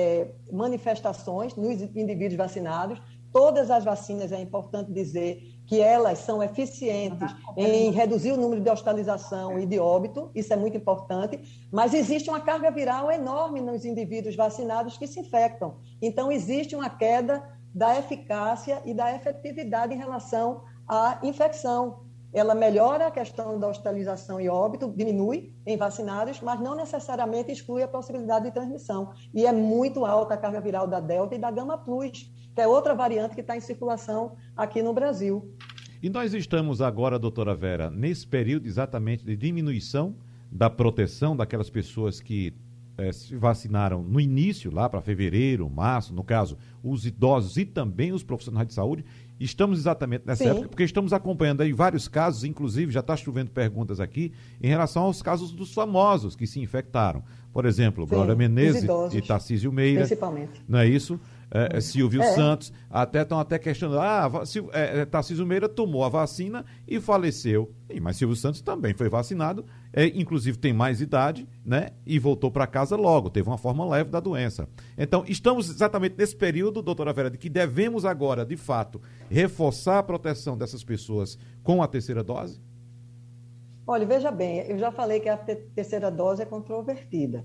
manifestações nos indivíduos vacinados. Todas as vacinas, é importante dizer que elas são eficientes em reduzir o número de hospitalização e de óbito, isso é muito importante, mas existe uma carga viral enorme nos indivíduos vacinados que se infectam. Então, existe uma queda da eficácia e da efetividade em relação à infecção. Ela melhora a questão da hospitalização e óbito, diminui em vacinados, mas não necessariamente exclui a possibilidade de transmissão. E é muito alta a carga viral da Delta e da Gama Plus, que é outra variante que está em circulação aqui no Brasil. E nós estamos agora, doutora Vera, nesse período exatamente de diminuição da proteção daquelas pessoas que se vacinaram no início, lá para fevereiro, março, no caso, os idosos e também os profissionais de saúde. Estamos exatamente nessa época, porque estamos acompanhando aí vários casos, inclusive já está chovendo perguntas aqui em relação aos casos dos famosos que se infectaram. Por exemplo, Glória Menezes e Tarcísio Meira. Principalmente. Não é isso? Silvio Santos, estão até questionando, Tarcísio Meira tomou a vacina e faleceu, mas Silvio Santos também foi vacinado, inclusive tem mais idade, né, e voltou para casa logo, teve uma forma leve da doença. Então, estamos exatamente nesse período, doutora Vera, de que devemos agora, de fato, reforçar a proteção dessas pessoas com a terceira dose? Olha, veja bem, eu já falei que a terceira dose é controvertida.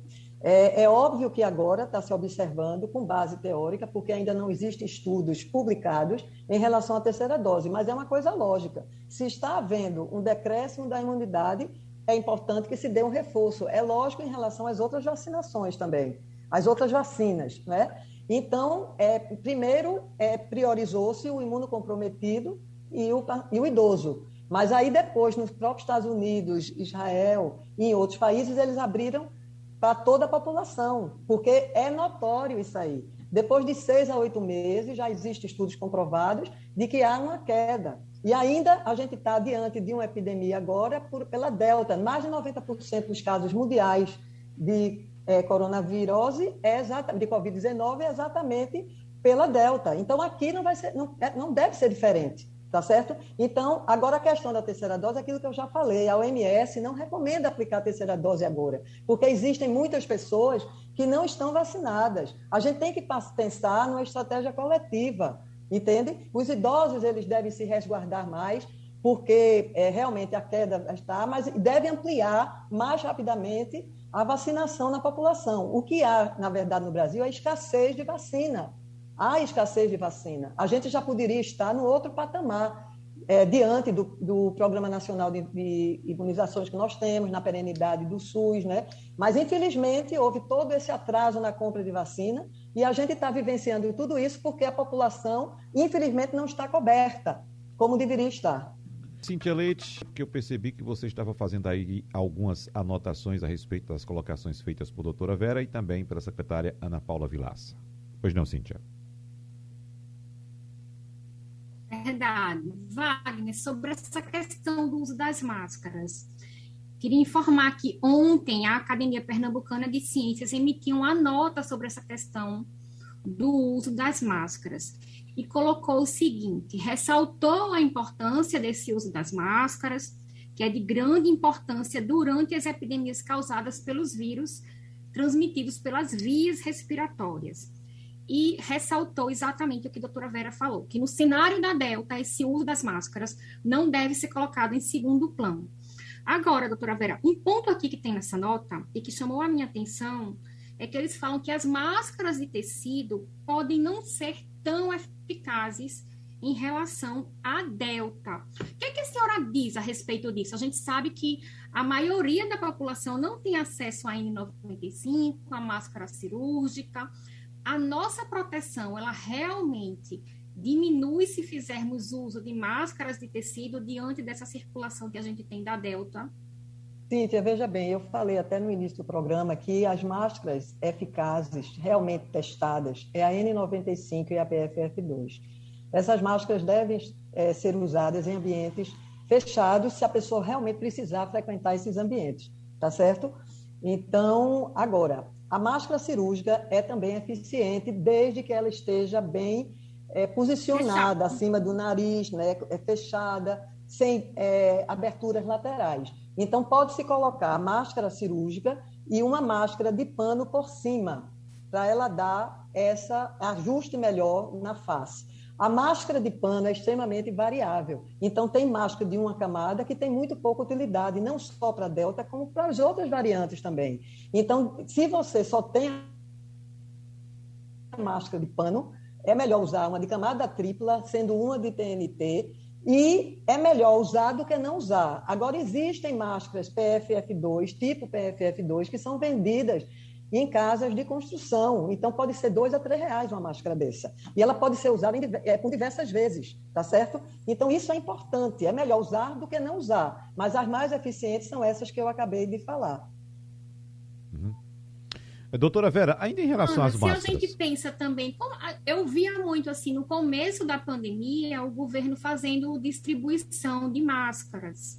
É óbvio que agora está se observando com base teórica, porque ainda não existem estudos publicados em relação à terceira dose, mas é uma coisa lógica. Se está havendo um decréscimo da imunidade, é importante que se dê um reforço. É lógico em relação às outras vacinações também, às outras vacinas, né? Então, primeiro priorizou-se o imunocomprometido e o idoso. Mas aí depois, nos próprios Estados Unidos, Israel e em outros países, eles abriram para toda a população, porque é notório isso aí. Depois de 6 a 8 meses, já existem estudos comprovados de que há uma queda. E ainda a gente está diante de uma epidemia agora pela Delta. Mais de 90% dos casos mundiais de coronavirose, de Covid-19, é exatamente pela Delta. Então, aqui não deve ser diferente. Tá certo? Então, agora a questão da terceira dose é aquilo que eu já falei. A OMS não recomenda aplicar a terceira dose agora, porque existem muitas pessoas que não estão vacinadas. A gente tem que pensar numa estratégia coletiva, entende? Os idosos, eles devem se resguardar mais, porque realmente a queda está, mas deve ampliar mais rapidamente a vacinação na população. O que há, na verdade, no Brasil é escassez de vacina. Há escassez de vacina. A gente já poderia estar no outro patamar, diante do Programa Nacional de Imunizações que nós temos, na perenidade do SUS, né? Mas, infelizmente, houve todo esse atraso na compra de vacina e a gente está vivenciando tudo isso porque a população, infelizmente, não está coberta, como deveria estar. Cíntia Leite, que eu percebi que você estava fazendo aí algumas anotações a respeito das colocações feitas por doutora Vera e também pela secretária Ana Paula Vilaça. Pois não, Cíntia? Verdade. Wagner, sobre essa questão do uso das máscaras, queria informar que ontem a Academia Pernambucana de Ciências emitiu uma nota sobre essa questão do uso das máscaras e colocou o seguinte: ressaltou a importância desse uso das máscaras, que é de grande importância durante as epidemias causadas pelos vírus transmitidos pelas vias respiratórias. E ressaltou exatamente o que a doutora Vera falou, que no cenário da Delta, esse uso das máscaras não deve ser colocado em segundo plano. Agora, doutora Vera, um ponto aqui que tem nessa nota e que chamou a minha atenção é que eles falam que as máscaras de tecido podem não ser tão eficazes em relação à Delta. O que a senhora diz a respeito disso? A gente sabe que a maioria da população não tem acesso à N95, à máscara cirúrgica. A nossa proteção, ela realmente diminui se fizermos uso de máscaras de tecido diante dessa circulação que a gente tem da Delta? Cíntia, veja bem, eu falei até no início do programa que as máscaras eficazes, realmente testadas, é a N95 e a PFF2. Essas máscaras devem ser usadas em ambientes fechados se a pessoa realmente precisar frequentar esses ambientes, tá certo? Então, agora, a máscara cirúrgica é também eficiente desde que ela esteja bem posicionada acima do nariz, né? Fechada, sem aberturas laterais. Então, pode-se colocar a máscara cirúrgica e uma máscara de pano por cima, para ela dar esse ajuste melhor na face. A máscara de pano é extremamente variável. Então, tem máscara de uma camada que tem muito pouca utilidade, não só para a Delta, como para as outras variantes também. Então, se você só tem a máscara de pano, é melhor usar uma de camada tripla, sendo uma de TNT, e é melhor usar do que não usar. Agora, existem máscaras PFF2, tipo PFF2, que são vendidas em casas de construção. Então, pode ser R$2 a R$3 uma máscara dessa. E ela pode ser usada por diversas vezes, tá certo? Então, isso é importante. É melhor usar do que não usar. Mas as mais eficientes são essas que eu acabei de falar. Uhum. Doutora Vera, ainda em relação às máscaras... Se a gente pensa também... Eu via muito, assim, no começo da pandemia, o governo fazendo distribuição de máscaras.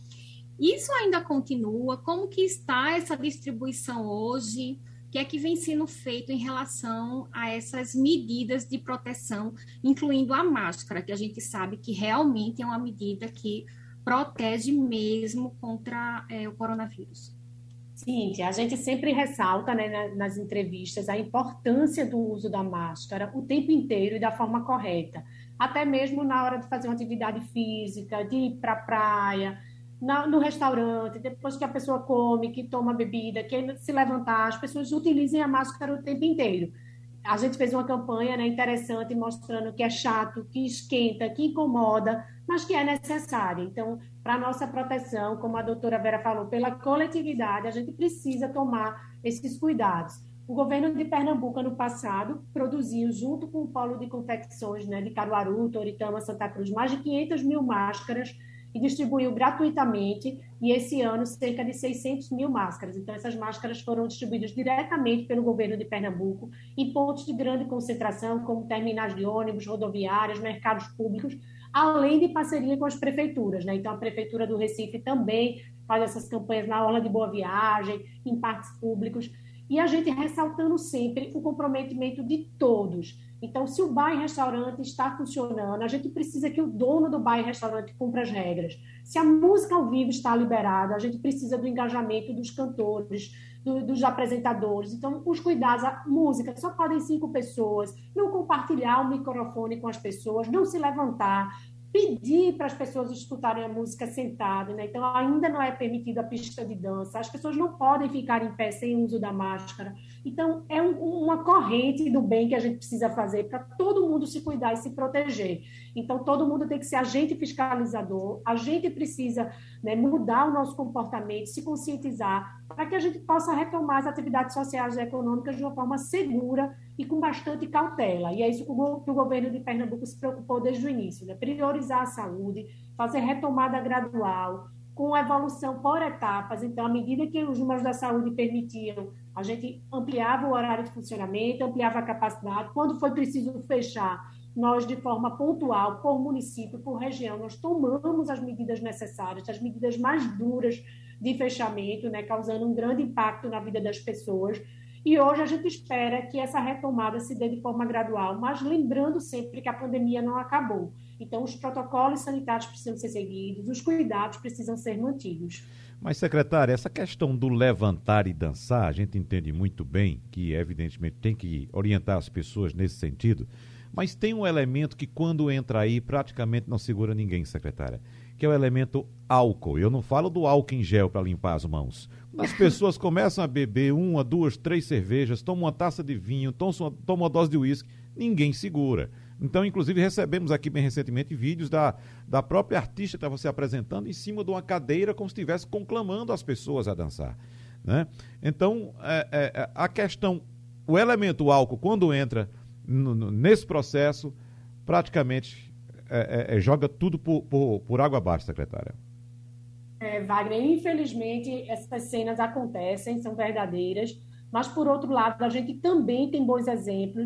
Isso ainda continua? Como que está essa distribuição hoje? O que é que vem sendo feito em relação a essas medidas de proteção, incluindo a máscara, que a gente sabe que realmente é uma medida que protege mesmo contra o coronavírus? Cíntia, a gente sempre ressalta, né, nas entrevistas a importância do uso da máscara o tempo inteiro e da forma correta. Até mesmo na hora de fazer uma atividade física, de ir para a praia, no restaurante, depois que a pessoa come, que toma bebida, que se levantar, as pessoas utilizem a máscara o tempo inteiro. A gente fez uma campanha, né, interessante, mostrando que é chato, que esquenta, que incomoda, mas que é necessário. Então, para a nossa proteção, como a doutora Vera falou, pela coletividade, a gente precisa tomar esses cuidados. O governo de Pernambuco, ano passado, produziu, junto com o Polo de Confecções, né, de Caruaru, Toritama, Santa Cruz, mais de 500 mil máscaras, e distribuiu gratuitamente, e esse ano cerca de 600 mil máscaras. Então, essas máscaras foram distribuídas diretamente pelo governo de Pernambuco em pontos de grande concentração, como terminais de ônibus, rodoviárias, mercados públicos, além de parceria com as prefeituras, né? Então, a Prefeitura do Recife também faz essas campanhas na Orla de Boa Viagem, em parques públicos, e a gente ressaltando sempre o comprometimento de todos. Então, se o bar e restaurante está funcionando, a gente precisa que o dono do bar e restaurante cumpra as regras. Se a música ao vivo está liberada, a gente precisa do engajamento dos cantores, dos apresentadores. Então, os cuidados, a música, só podem 5 pessoas, não compartilhar o microfone com as pessoas, não se levantar, pedir para as pessoas escutarem a música sentadas, né? Então, ainda não é permitida a pista de dança, as pessoas não podem ficar em pé sem uso da máscara. Então, é uma corrente do bem que a gente precisa fazer para todo mundo se cuidar e se proteger. Então, todo mundo tem que ser agente fiscalizador, a gente precisa, né, mudar o nosso comportamento, se conscientizar, para que a gente possa retomar as atividades sociais e econômicas de uma forma segura e com bastante cautela. E é isso que o governo de Pernambuco se preocupou desde o início, né? Priorizar a saúde, fazer retomada gradual, com evolução por etapas. Então, à medida que os números da saúde permitiam, a gente ampliava o horário de funcionamento, ampliava a capacidade. Quando foi preciso fechar, nós, de forma pontual, por município, por região, nós tomamos as medidas necessárias, as medidas mais duras de fechamento, né, causando um grande impacto na vida das pessoas. E hoje a gente espera que essa retomada se dê de forma gradual, mas lembrando sempre que a pandemia não acabou. Então, os protocolos sanitários precisam ser seguidos, os cuidados precisam ser mantidos. Mas, secretária, essa questão do levantar e dançar, a gente entende muito bem que, evidentemente, tem que orientar as pessoas nesse sentido, mas tem um elemento que, quando entra aí, praticamente não segura ninguém, secretária, que é o elemento álcool. Eu não falo do álcool em gel para limpar as mãos. As pessoas começam a beber 1, 2, 3 cervejas, tomam uma taça de vinho, tomam uma dose de uísque, ninguém segura. Então, inclusive, recebemos aqui bem recentemente vídeos da própria artista que estava se apresentando em cima de uma cadeira como se estivesse conclamando as pessoas a dançar, né? Então, a questão, o elemento álcool, quando entra nesse processo, praticamente joga tudo por água abaixo, secretária. Wagner, infelizmente, essas cenas acontecem, são verdadeiras, mas, por outro lado, a gente também tem bons exemplos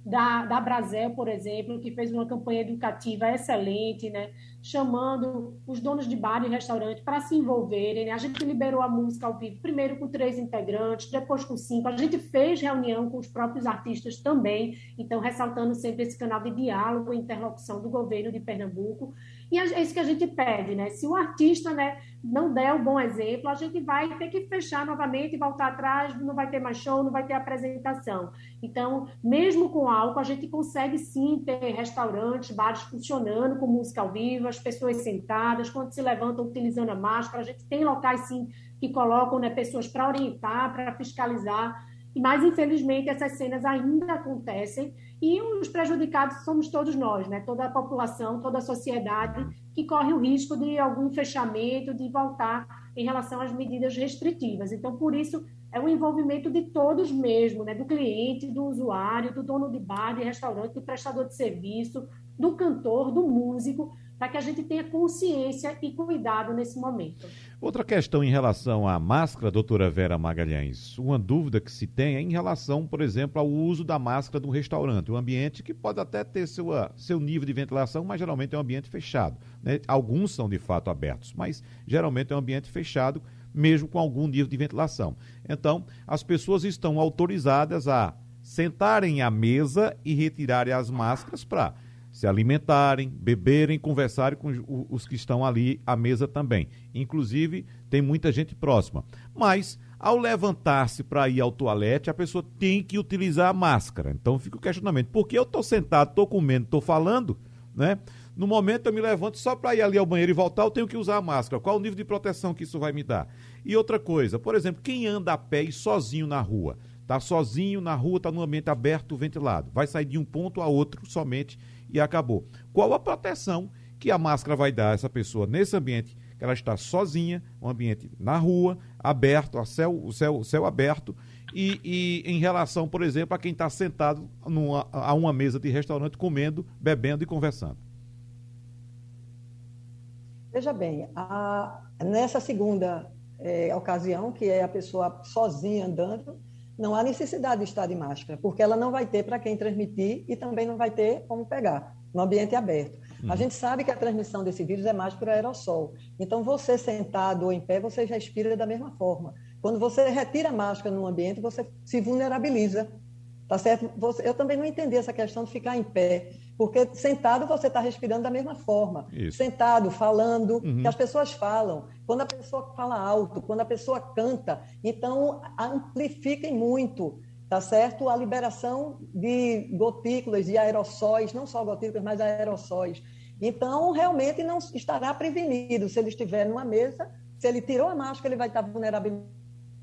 da Brasel, por exemplo, que fez uma campanha educativa excelente, né? Chamando os donos de bar e restaurante para se envolverem, né? A gente liberou a música ao vivo, primeiro com 3 integrantes, depois com 5. A gente fez reunião com os próprios artistas também, então ressaltando sempre esse canal de diálogo e interlocução do governo de Pernambuco. E é isso que a gente pede, né? Se o artista, né, não der um bom exemplo, a gente vai ter que fechar novamente e voltar atrás, não vai ter mais show, não vai ter apresentação. Então, mesmo com álcool, a gente consegue sim ter restaurantes, bares funcionando com música ao vivo, as pessoas sentadas, quando se levantam utilizando a máscara, a gente tem locais sim que colocam, né, pessoas para orientar, para fiscalizar. Mas, infelizmente, essas cenas ainda acontecem e os prejudicados somos todos nós, né? Toda a população, toda a sociedade que corre o risco de algum fechamento, de voltar em relação às medidas restritivas. Então, por isso, é o envolvimento de todos mesmo, né? Do cliente, do usuário, do dono de bar, de restaurante, do prestador de serviço, do cantor, do músico, para que a gente tenha consciência e cuidado nesse momento. Outra questão em relação à máscara, doutora Vera Magalhães, uma dúvida que se tem é em relação, por exemplo, ao uso da máscara no restaurante, um ambiente que pode até ter seu nível de ventilação, mas geralmente é um ambiente fechado, né? Alguns são de fato abertos, mas geralmente é um ambiente fechado, mesmo com algum nível de ventilação. Então, as pessoas estão autorizadas a sentarem à mesa e retirarem as máscaras para se alimentarem, beberem, conversarem com os que estão ali à mesa também. Inclusive, tem muita gente próxima. Mas, ao levantar-se para ir ao toalete, a pessoa tem que utilizar a máscara. Então, fica o questionamento. Por que eu estou sentado, estou comendo, estou falando, né? No momento eu me levanto só para ir ali ao banheiro e voltar, eu tenho que usar a máscara. Qual o nível de proteção que isso vai me dar? E outra coisa, por exemplo, quem anda a pé e sozinho na rua? Está sozinho na rua, está num ambiente aberto, ventilado. Vai sair de um ponto a outro somente e acabou. Qual a proteção que a máscara vai dar a essa pessoa nesse ambiente que ela está sozinha, um ambiente na rua, aberto, o céu aberto, e em relação, por exemplo, a quem está sentado a uma mesa de restaurante comendo, bebendo e conversando? Veja bem, nessa segunda ocasião, que é a pessoa sozinha andando, não há necessidade de estar de máscara, porque ela não vai ter para quem transmitir e também não vai ter como pegar no ambiente aberto. A gente sabe que a transmissão desse vírus é mais por aerossol. Então, você sentado ou em pé, você respira da mesma forma. Quando você retira a máscara num ambiente, você se vulnerabiliza. Tá certo? Eu também não entendi essa questão de ficar em pé, porque sentado você está respirando da mesma forma. Isso. Sentado, falando, que as pessoas falam. Quando a pessoa fala alto, quando a pessoa canta, então amplifiquem muito, tá certo? A liberação de gotículas, de aerossóis, não só gotículas, mas aerossóis. Então, realmente não estará prevenido. Se ele estiver numa mesa, se ele tirou a máscara, ele vai estar vulnerabilizado.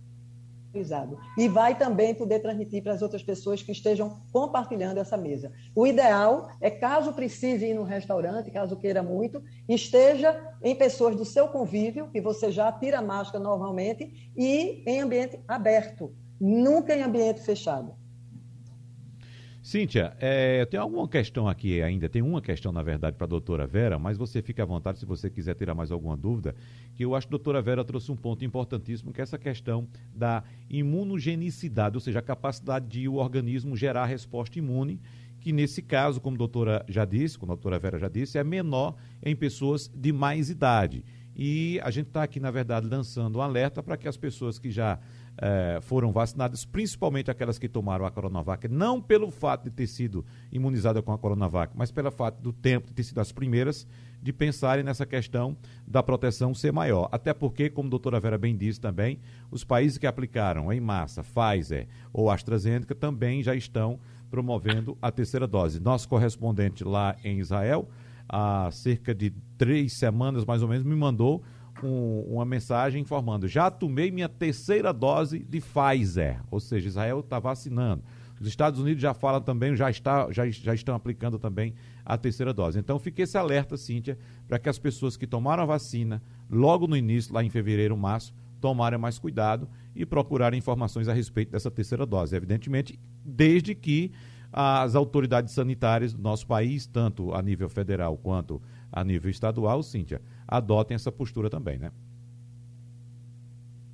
E vai também poder transmitir para as outras pessoas que estejam compartilhando essa mesa. O ideal é, caso precise ir no restaurante, caso queira muito, esteja em pessoas do seu convívio, que você já tira a máscara normalmente, e em ambiente aberto, nunca em ambiente fechado. Cíntia, tem alguma questão aqui ainda, tem uma questão, na verdade, para a doutora Vera, mas você fica à vontade se você quiser tirar mais alguma dúvida, que eu acho que a doutora Vera trouxe um ponto importantíssimo, que é essa questão da imunogenicidade, ou seja, a capacidade de o organismo gerar resposta imune, que nesse caso, como a doutora Vera já disse, é menor em pessoas de mais idade. E a gente está aqui, na verdade, lançando um alerta para que as pessoas que já foram vacinadas, principalmente aquelas que tomaram a Coronavac, não pelo fato de ter sido imunizada com a Coronavac, mas pelo fato do tempo de ter sido as primeiras, de pensarem nessa questão da proteção ser maior. Até porque, como a doutora Vera bem disse também, os países que aplicaram em massa Pfizer ou AstraZeneca também já estão promovendo a terceira dose. Nosso correspondente lá em Israel, há cerca de 3 semanas mais ou menos, me mandou uma mensagem informando: já tomei minha terceira dose de Pfizer, ou seja, Israel está vacinando. Os Estados Unidos já falam também, já estão aplicando também a terceira dose. Então fica esse alerta, Cíntia, para que as pessoas que tomaram a vacina logo no início, lá em fevereiro, março, tomarem mais cuidado e procurarem informações a respeito dessa terceira dose. Evidentemente, desde que as autoridades sanitárias do nosso país, tanto a nível federal quanto a nível estadual, Cíntia, adotem essa postura também, né?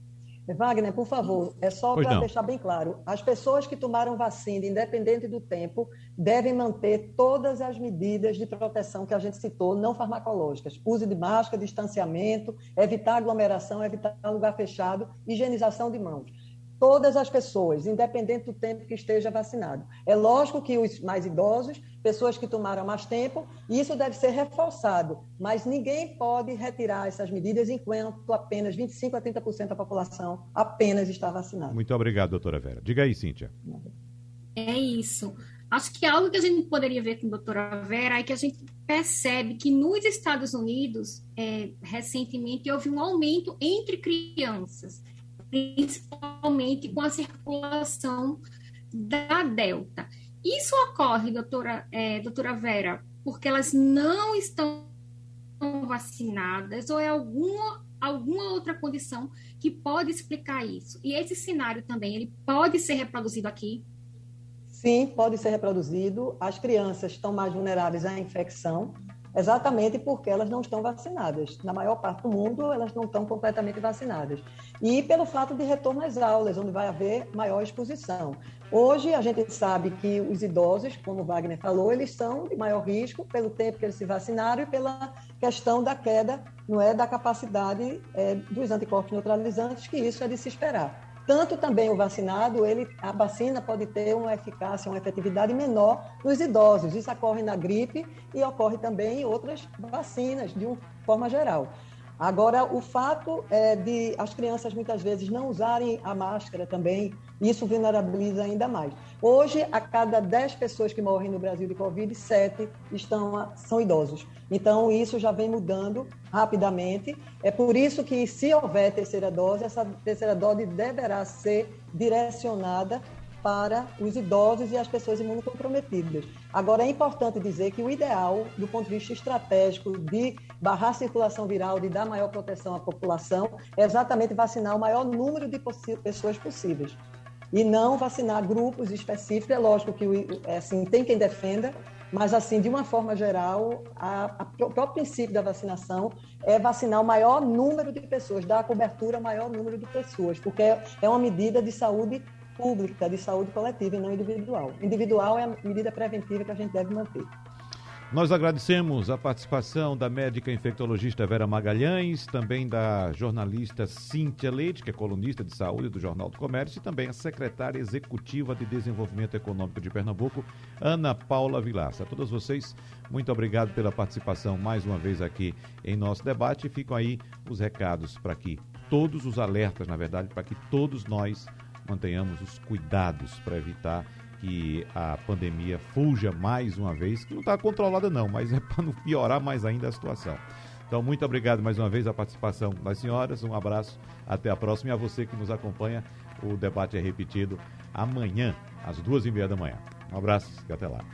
Wagner, por favor, é só para deixar bem claro, as pessoas que tomaram vacina, independente do tempo, devem manter todas as medidas de proteção que a gente citou, não farmacológicas. Uso de máscara, distanciamento, evitar aglomeração, evitar lugar fechado, higienização de mãos. Todas as pessoas, independente do tempo que esteja vacinado. É lógico que os mais idosos, pessoas que tomaram mais tempo, isso deve ser reforçado, mas ninguém pode retirar essas medidas enquanto apenas 25% a 30% da população apenas está vacinada. Muito obrigado, doutora Vera. Diga aí, Cíntia. É isso. Acho que algo que a gente poderia ver com a doutora Vera é que a gente percebe que nos Estados Unidos, recentemente, houve um aumento entre crianças, principalmente com a circulação da Delta. Isso ocorre, doutora Vera, porque elas não estão vacinadas ou é alguma outra condição que pode explicar isso? E esse cenário também, ele pode ser reproduzido aqui? Sim, pode ser reproduzido. As crianças estão mais vulneráveis à infecção, exatamente porque elas não estão vacinadas. Na maior parte do mundo, elas não estão completamente vacinadas. E pelo fato de retorno às aulas, onde vai haver maior exposição. Hoje, a gente sabe que os idosos, como o Wagner falou, eles são de maior risco pelo tempo que eles se vacinaram e pela questão da queda, não é, da capacidade dos anticorpos neutralizantes, que isso é de se esperar. Tanto também o vacinado, a vacina pode ter uma eficácia, uma efetividade menor nos idosos. Isso ocorre na gripe e ocorre também em outras vacinas, de uma forma geral. Agora, o fato de as crianças muitas vezes não usarem a máscara também, isso vulnerabiliza ainda mais. Hoje, a cada 10 pessoas que morrem no Brasil de Covid, 7 são idosos. Então, isso já vem mudando rapidamente. É por isso que, se houver terceira dose, essa terceira dose deverá ser direcionada para os idosos e as pessoas imunocomprometidas. Agora, é importante dizer que o ideal, do ponto de vista estratégico, de barrar a circulação viral, de dar maior proteção à população, é exatamente vacinar o maior número de pessoas possíveis. E não vacinar grupos específicos. É lógico que assim, tem quem defenda, mas, assim, de uma forma geral, o próprio princípio da vacinação é vacinar o maior número de pessoas, dar a cobertura ao maior número de pessoas, porque é uma medida de saúde pública, de saúde coletiva e não individual. Individual é a medida preventiva que a gente deve manter. Nós agradecemos a participação da médica infectologista Vera Magalhães, também da jornalista Cíntia Leite, que é colunista de saúde do Jornal do Comércio, e também a secretária executiva de Desenvolvimento Econômico de Pernambuco, Ana Paula Vilaça. A todos vocês, muito obrigado pela participação mais uma vez aqui em nosso debate. E ficam aí os recados para que todos os alertas, na verdade, para que todos nós mantenhamos os cuidados para evitar que a pandemia fuja mais uma vez, que não está controlada não, mas é para não piorar mais ainda a situação. Então, muito obrigado mais uma vez a participação das senhoras, um abraço, até a próxima, e a você que nos acompanha, o debate é repetido amanhã, às 2h30 da manhã. Um abraço e até lá.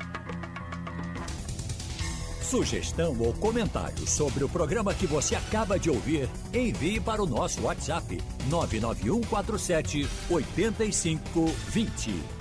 Sugestão ou comentário sobre o programa que você acaba de ouvir, envie para o nosso WhatsApp 99147 8520.